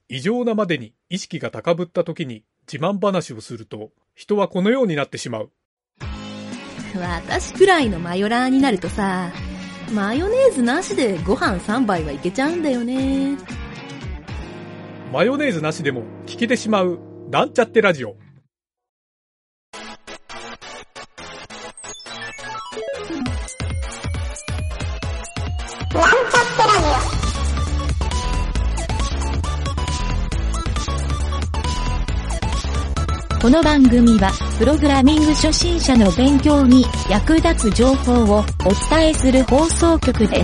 異常なまでに意識が高ぶった時に自慢話をすると、人はこのようになってしまう。 私くらいのマヨラーになるとさ、マヨネーズなしでご飯3杯はいけちゃうんだよね。 マヨネーズなしでも聞けてしまうなんちゃってラジオ。 この番組はプログラミング初心者の勉強に役立つ情報をお伝えする放送局です。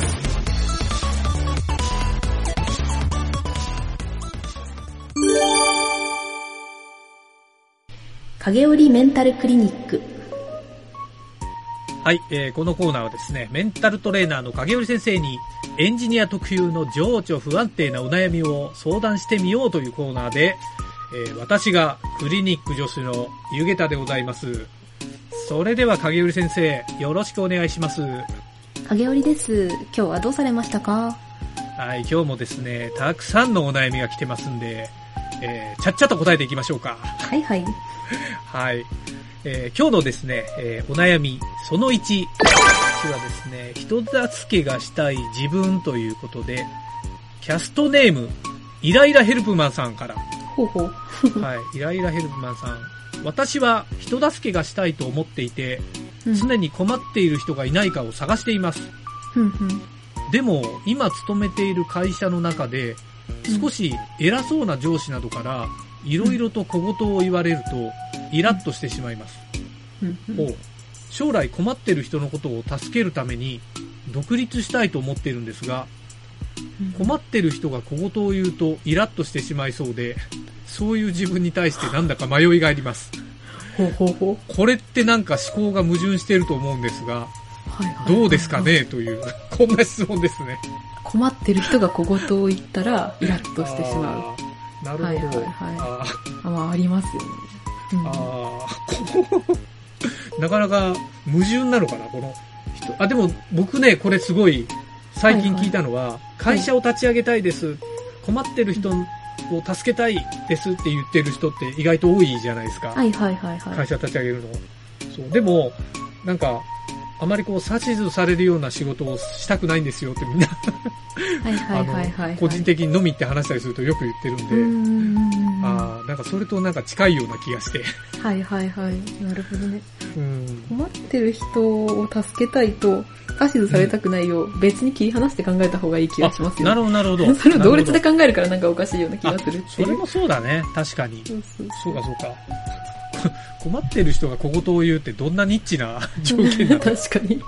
影織メンタルクリニック。 はい、このコーナーはですね、メンタルトレーナーの影織先生にエンジニア特有の情緒不安定なお悩みを相談してみようというコーナーで、私がクリニック助手のゆげたでございます。それでは影織先生、よろしくお願いします。 影織です。今日はどうされましたか？ はい、今日もですね、たくさんのお悩みが来てますんで、ちゃっちゃと答えていきましょうか。 はいはい。 はい。今日のですね、お悩み、その1。私はですね、人助けがしたい自分ということで、キャストネーム、イライラヘルプマンさんから。 ほうほう。 はい、イライラヘルプマンさん。私は人助けがしたいと思っていて、常に困っている人がいないかを探しています。でも、今勤めている会社の中で、少し偉そうな上司などから、いろいろと小言を言われると、イラッとしてしまいます。将来困っている人のことを助けるために、独立したいと思っているんですが、困ってる人が小言を言うとイラッとしてしまいそうで、そういう自分に対してなんだか迷いがあります。これってなんか思考が矛盾していると思うんですが、どうですかねという、こんな質問ですね。 困ってる人が小言を言ったらイラッとしてしまう。 なるほど。 まあ、ありますよね。 なかなか矛盾なのかな、この人。でも僕ね、これすごい最近聞いたのは、会社を立ち上げたいです。困ってる人を助けたいですって言ってる人って意外と多いじゃないですか。会社立ち上げるの。そう。でも、なんか、あまりこう指図されるような仕事をしたくないんですよってみんな個人的に飲みって話したりするとよく言ってるんで、なんかそれとなんか近いような気がして。 なるほどね。困ってる人を助けたいと指図されたくないを別に切り離して考えた方がいい気がしますよね。 なるほど。 それを同列で考えるからなんかおかしいような気がするっていう。 それもそうだね。確かに。そうか。困ってる人が小言を言うってどんなニッチな条件なの？ 確かに。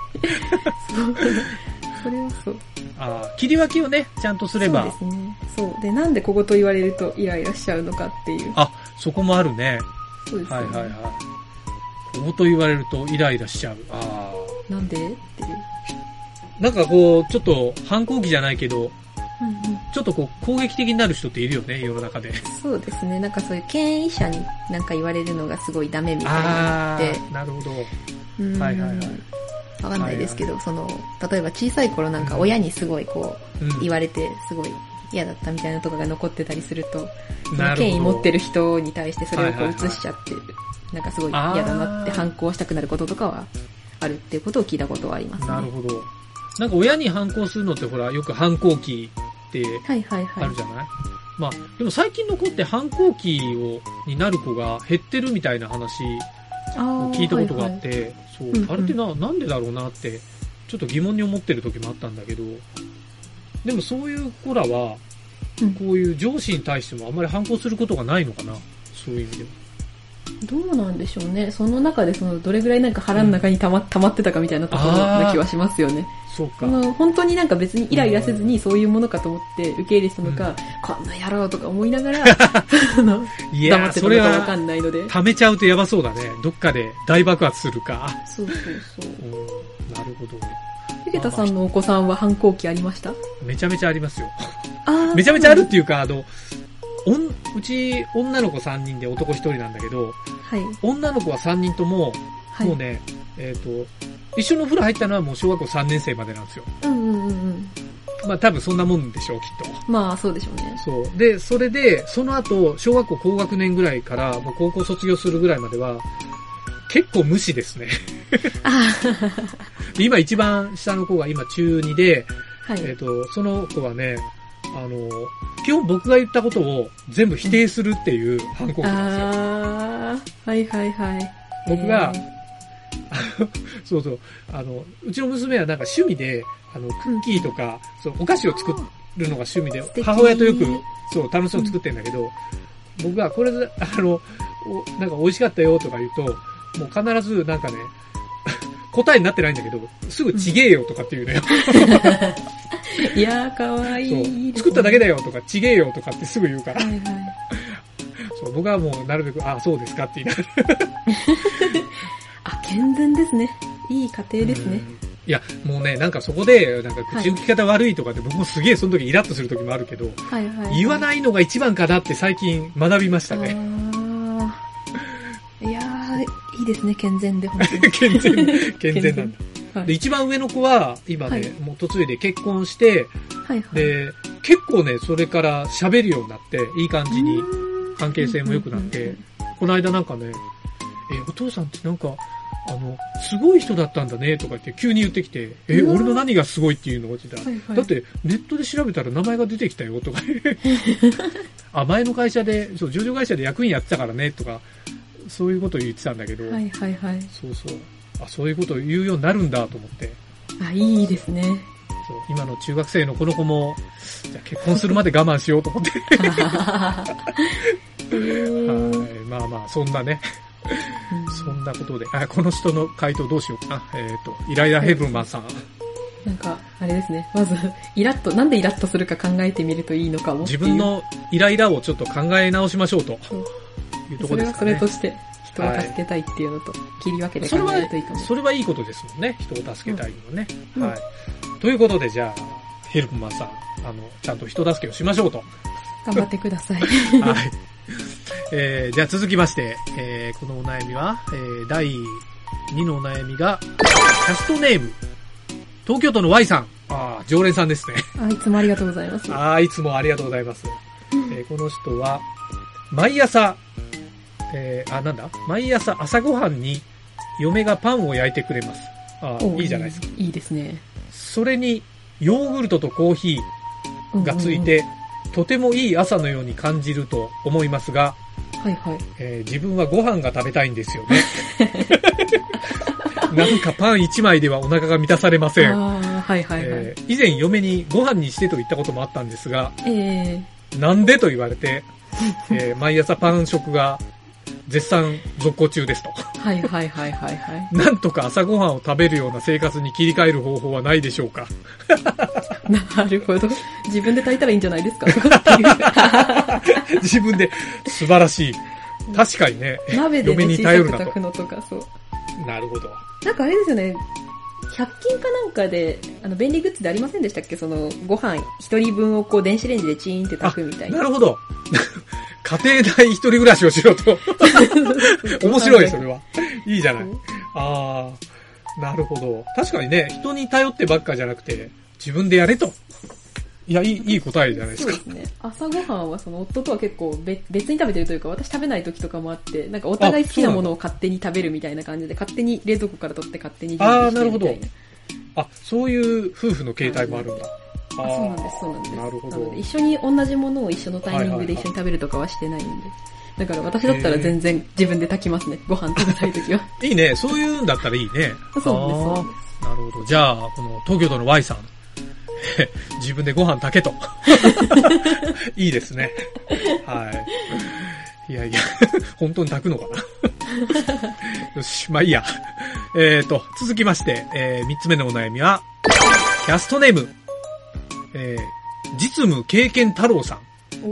それはそう。 切り分けをね、ちゃんとすれば。 そうですね。そう。で、なんで小言言われるとイライラしちゃうのかっていう。 そこもあるね。 そうですね。 小言言われるとイライラしちゃう。 なんでっていう。 なんかこう、ちょっと反抗期じゃないけど、ちょっとこう攻撃的になる人っているよね、世の中で。 そうですね。なんかそういう権威者になんか言われるのがすごいダメみたいになって。 なるほど。 わかんないですけど、例えば小さい頃なんか親にすごいこう、言われてすごい嫌だったみたいなとかが残ってたりすると、権威持ってる人に対してそれをこう移しちゃって、なんかすごい嫌だなって反抗したくなることとかはあるっていうことを聞いたことはありますね。 なるほど。なんか親に反抗するのってほら、よく反抗期ってあるじゃない？でも最近の子って反抗期になる子が減ってるみたいな話を聞いたことがあって、あれってなんでだろうなって、ちょっと疑問に思ってる時もあったんだけど、でもそういう子らは、こういう上司に対してもあんまり反抗することがないのかな、そういう意味では。 どうなんでしょうね。その中でどれぐらいなんか腹の中に溜まってたかみたいなところな気はしますよね。 そうか。 本当になんか別にイライラせずにそういうものかと思って受け入れしたのか、こんな野郎とか思いながら、黙ってたのかわかんないので。 溜めちゃうとやばそうだね。どっかで大爆発するか。 そう。 なるほど。 ゆげたさんのお子さんは反抗期ありました？ めちゃめちゃありますよ。めちゃめちゃあるっていうか、うち女の子3人で男1人なんだけど、女の子は3人とも、もうね、一緒のお風呂入ったのはもう小学校3年生までなんですよ。 まあ多分そんなもんでしょう、きっと。 まあそうでしょうね。 そう。で、それで、その後、小学校高学年ぐらいから、もう高校卒業するぐらいまでは、結構無視ですね。今一番下の子が今中2で、はい、その子はね、基本僕が言ったことを全部否定するっていう反抗期なんですよ。 はいはいはい。 僕が、そうそう、うちの娘はなんか趣味で、クッキーとか、そう、お菓子を作るのが趣味で、母親とよく、そう、楽しそうに作ってるんだけど、僕がこれで、なんか美味しかったよとか言うと、もう必ずなんかね、答えになってないんだけど、すぐちげえよとかって言うのよ。 いやー、かわいい、 そう。作っただけだよとか、ちげえよとかってすぐ言うから。 はいはい。 そう、僕はもうなるべく、あ、そうですかって言いながら。 あ、健全ですね。いい家庭ですね。 いや、もうね、なんかそこで、なんか口の利き方悪いとかで、僕もすげえその時イラッとする時もあるけど、 はいはいはい、 言わないのが一番かなって最近学びましたね。 いやー、いいですね、健全で、本当に。 健全なんだ。はい、で、一番上の子は、今ね、はい、もう途中で結婚して、はいはい、で、結構ね、それから喋るようになって、いい感じに関係性も良くなって、この間なんかね、お父さんってなんか、すごい人だったんだね、とか言って急に言ってきて、俺の何がすごいっていうのを言ってたら、はいはい、だってネットで調べたら名前が出てきたよ、とか。あ、前の会社で、そう、上場会社で役員やってたからね、とか、そういうことを言ってたんだけど、 はいはいはい。 そうそう。あ、そういうことを言うようになるんだと思って。 あ、いいですね。そう、 今の中学生のこの子も、じゃあ結婚するまで我慢しようと思って。はい、まあまあ、そんなね。そんなことで、この人の回答どうしようかな。イライラヘブンマンさん。 なんか、あれですね。まず、なんでイラッとするか考えてみるといいのかも。 自分のイライラをちょっと考え直しましょうと。いうところですかね。 それはそれとして、人を助けたいっていうのと、切り分けて考えるといいかも。 それはいいことですもんね。人を助けたいのね。はい。ということで、じゃあ、ヘルプマンさん、ちゃんと人助けをしましょうと。 頑張ってください。 はい。じゃあ続きまして、このお悩みは、第2のお悩みが、キャストネーム、東京都の Y さん。ああ、常連さんですね。 いつもありがとうございます。 いつもありがとうございます。この人は、毎朝、毎朝朝ごはんに嫁がパンを焼いてくれます。いいじゃないですか。 いいですね。 それに、ヨーグルトとコーヒーがついて、とてもいい朝のように感じると思いますが、 はいはい。 自分はご飯が食べたいんですよね。なんかパン1枚ではお腹が満たされません。 はいはいはい。 以前嫁にご飯にしてと言ったこともあったんですが、なんでと言われて、毎朝パン食が絶賛続行中ですと。 はいはいはいはいはい。 なんとか朝ごはんを食べるような生活に切り替える方法はないでしょうか。 なるほど。自分で炊いたらいいんじゃないですか。 自分で素晴らしい。確かにね。 鍋で、ね、小さく炊くのとか、そう。 なるほど。 なんかあれですよね。100均かなんかで、便利グッズでありませんでしたっけ？ご飯一人分をこう電子レンジでチーンって炊くみたいな。 なるほど。家庭内一人暮らしをしろと。面白い、それは。いいじゃない。なるほど。確かにね、人に頼ってばっかじゃなくて、自分でやれと。いや、いい答えじゃないですか。 そうですね。朝ごはんは夫とは結構別に食べてるというか、私食べない時とかもあって、なんかお互い好きなものを勝手に食べるみたいな感じで、勝手に冷蔵庫から取って勝手に準備してみたいな。なるほど。そういう夫婦の形態もあるんだ。 そうなんです、そうなんです。 なるほど。 なので一緒に同じものを一緒のタイミングで一緒に食べるとかはしてないんで。だから私だったら全然自分で炊きますね。ご飯食べたい時は。 いいね。そういうんだったらいいね。 そうです。 なるほど。じゃあ、この東京都の Y さん。自分でご飯炊けと。いいですね。はい。いやいや、本当に炊くのかな。よし、まあいいや。続きまして、3つ目のお悩みは、キャストネーム、実務経験太郎さん。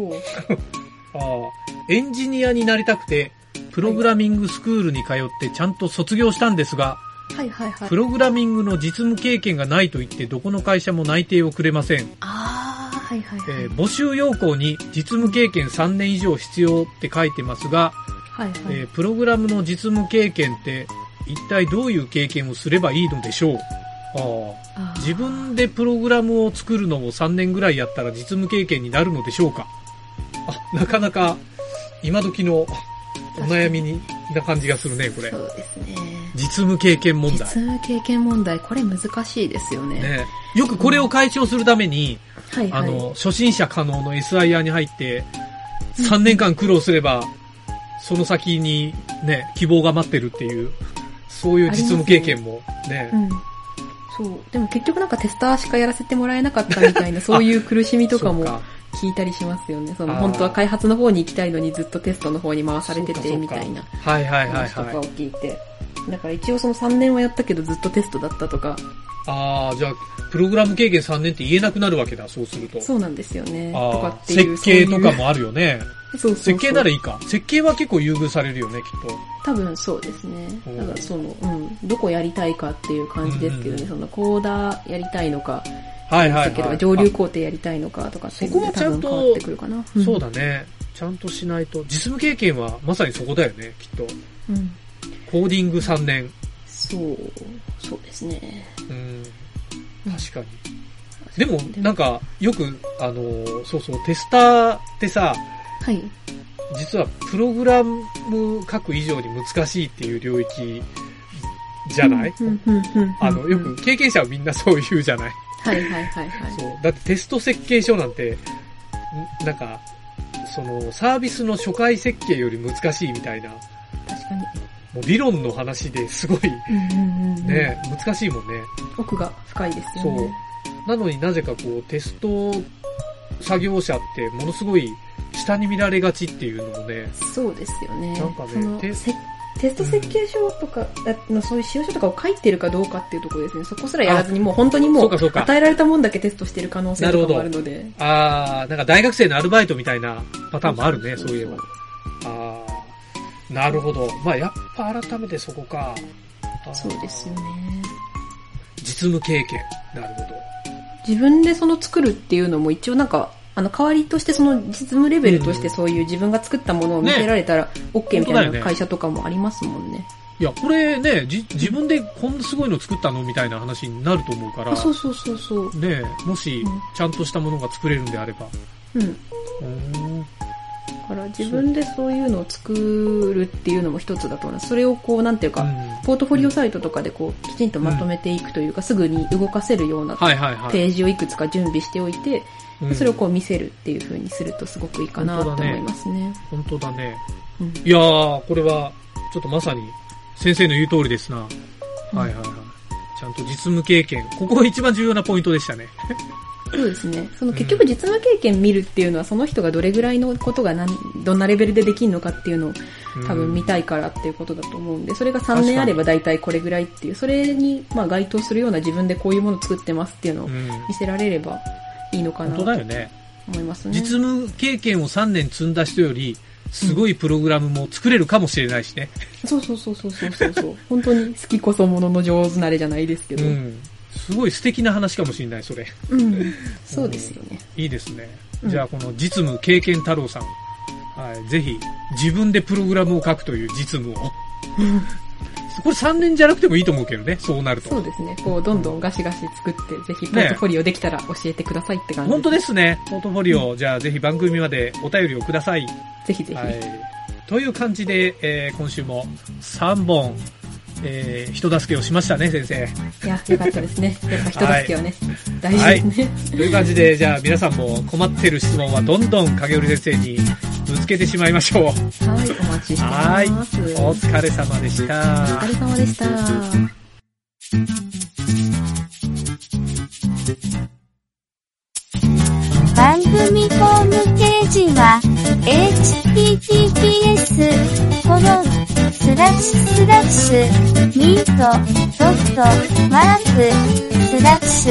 エンジニアになりたくて、プログラミングスクールに通ってちゃんと卒業したんですが、 はいはいはい。 プログラミングの実務経験がないと言ってどこの会社も内定をくれません。 はいはいはい。 募集要項に実務経験3年以上必要って書いてますが、 はいはい。 プログラムの実務経験って一体どういう経験をすればいいのでしょう。 自分でプログラムを作るのを3年ぐらいやったら実務経験になるのでしょうか。なかなか今時のお悩みな感じがするね、これ。 そうですね。 実務経験問題。 実務経験問題、これ難しいですよね。 よくこれを解消するために、 はいはい、 初心者可能の SIR に入って、3年間苦労すれば、その先にね、希望が待ってるっていう、そういう実務経験もね。 そう。でも結局なんかテスターしかやらせてもらえなかったみたいな、そういう苦しみとかも聞いたりしますよね。本当は開発の方に行きたいのにずっとテストの方に回されてて、みたいな話とかを聞いて。だから一応その3年はやったけどずっとテストだったとか。 じゃあ、プログラム経験3年って言えなくなるわけだ、そうすると。 そうなんですよね。とかっていう。 設計とかもあるよね。 そう設計ならいいか。設計は結構優遇されるよね、きっと。 多分そうですね。ただどこやりたいかっていう感じですけどね、そのコーダーやりたいのか、上流工程やりたいのかとかっていうので多分変わってくるかな。 そうだね。ちゃんとしないと。実務経験はまさにそこだよね、きっと。コーディング3年。 そうですね。 確かに。でも、なんか、よく、テスターってさ、 はい。 実はプログラム書く以上に難しいっていう領域じゃない？よく経験者はみんなそう言うじゃない？ はい。 そう。だってテスト設計書なんて、なんか、サービスの初回設計より難しいみたいな。 確かに。 もう理論の話ですごい、ね、難しいもんね。 奥が深いですよね。 そう。なのになぜかテスト作業者ってものすごい下に見られがちっていうのもね。 そうですよね。 なんかね、 テスト設計書とかのそういう使用書とかを書いてるかどうかっていうところですね。そこすらやらずにもう本当にもう与えられたもんだけテストしてる可能性とかもあるので。 なんか大学生のアルバイトみたいなパターンもあるね、そういえば。なるほど。やっぱ改めてそこか。 そうですよね。 実務経験。なるほど。 自分で作るっていうのも一応なんか、代わりとして実務レベルとしてそういう自分が作ったものを見せられたら OK みたいな会社とかもありますもんね。 いや、これね、自分でこんなすごいの作ったのみたいな話になると思うから。 そう。 ね、もし、ちゃんとしたものが作れるんであれば。 だから自分でそういうのを作るっていうのも一つだと思います。それをなんていうか、ポートフォリオサイトとかできちんとまとめていくというか、すぐに動かせるようなページをいくつか準備しておいて、それを見せるっていう風にするとすごくいいかなと思いますね。 本当だね。いやー、これは、ちょっとまさに先生の言う通りですな。ちゃんと実務経験。ここが一番重要なポイントでしたね。 そうですね。結局実務経験見るっていうのは、その人がどれぐらいのことがどんなレベルでできるのかっていうのを多分見たいからっていうことだと思うんで、それが3年あれば大体これぐらいっていう、それに該当するような自分でこういうものを作ってますっていうのを見せられればいいのかなと思いますね。 実務経験を3年積んだ人より、すごいプログラムも作れるかもしれないしね。 そう。本当に好きこそものの上手なれじゃないですけど。 すごい素敵な話かもしれない、それ。 そうですよね。 いいですね。じゃあ、この実務経験太郎さん。ぜひ、自分でプログラムを書くという実務を。これ3年じゃなくてもいいと思うけどね、そうなると。 そうですね。どんどんガシガシ作って、ぜひポートフォリオできたら教えてくださいって感じです。 本当ですね。ポートフォリオ、じゃあぜひ番組までお便りをください。 ぜひ。 という感じで、今週も3本、人助けをしましたね、先生。 いや、よかったですね。やっぱ人助けはね、大事ですね。 という感じで、じゃあ皆さんも困ってる質問はどんどん影織先生にぶつけてしまいましょう。 はい、お待ちしてます。 お疲れ様でした。 お疲れ様でした。 番組ホームページは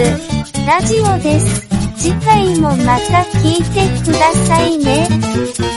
https://mint.mark/ラジオです。次回もまた聞いてくださいね。